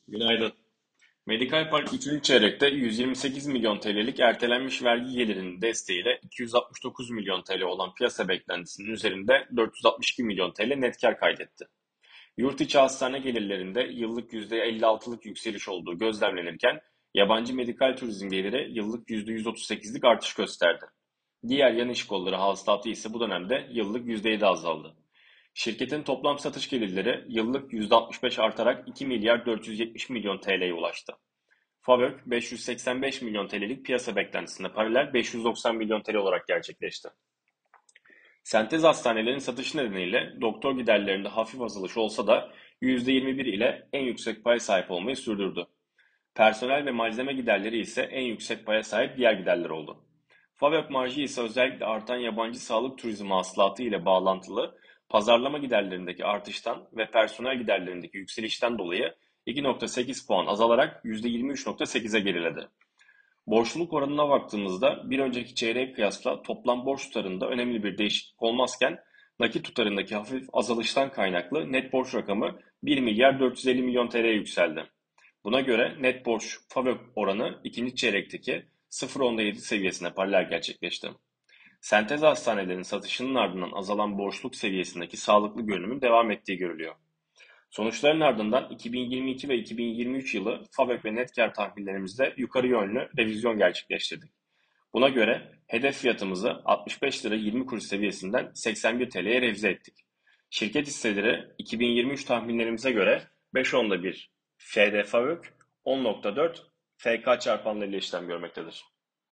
Günaydın. Medikal Park 3. çeyrekte 128 milyon TL'lik ertelenmiş vergi gelirinin desteğiyle 269 milyon TL olan piyasa beklentisinin üzerinde 462 milyon TL net kar kaydetti. Yurt içi hastane gelirlerinde yıllık %56'lık yükseliş olduğu gözlemlenirken yabancı medikal turizm geliri yıllık %138'lik artış gösterdi. Diğer yan iş kolları hasılatı ise bu dönemde yıllık %7 azaldı. Şirketin toplam satış gelirleri yıllık %65 artarak 2 milyar 470 milyon TL'ye ulaştı. Favök 585 milyon TL'lik piyasa beklentisine paralel 590 milyon TL olarak gerçekleşti. Sentez hastanelerin satışı nedeniyle doktor giderlerinde hafif azalış olsa da %21 ile en yüksek paya sahip olmayı sürdürdü. Personel ve malzeme giderleri ise en yüksek paya sahip diğer giderler oldu. Favök marjı ise özellikle artan yabancı sağlık turizmi hasılatı ile bağlantılı pazarlama giderlerindeki artıştan ve personel giderlerindeki yükselişten dolayı 2,8 puan azalarak %23,8'e geriledi. Borçluluk oranına baktığımızda bir önceki çeyreğe kıyasla toplam borç tutarında önemli bir değişiklik olmazken nakit tutarındaki hafif azalıştan kaynaklı net borç rakamı 1 milyar 450 milyon TL'ye yükseldi. Buna göre net borç FAVÖK oranı ikinci çeyrekteki 0,7 seviyesine paralel gerçekleşti. Sentez hastanelerin satışının ardından azalan borçluk seviyesindeki sağlıklı görünümün devam ettiği görülüyor. Sonuçların ardından 2022 ve 2023 yılı FAVÖK ve net kar tahminlerimizde yukarı yönlü revizyon gerçekleştirdik. Buna göre hedef fiyatımızı 65 lira 20 kuruş seviyesinden 81 TL'ye revize ettik. Şirket hisseleri 2023 tahminlerimize göre 5.10'da bir FD FAVÖK, 10.4 FK çarpanlarıyla işlem görmektedir.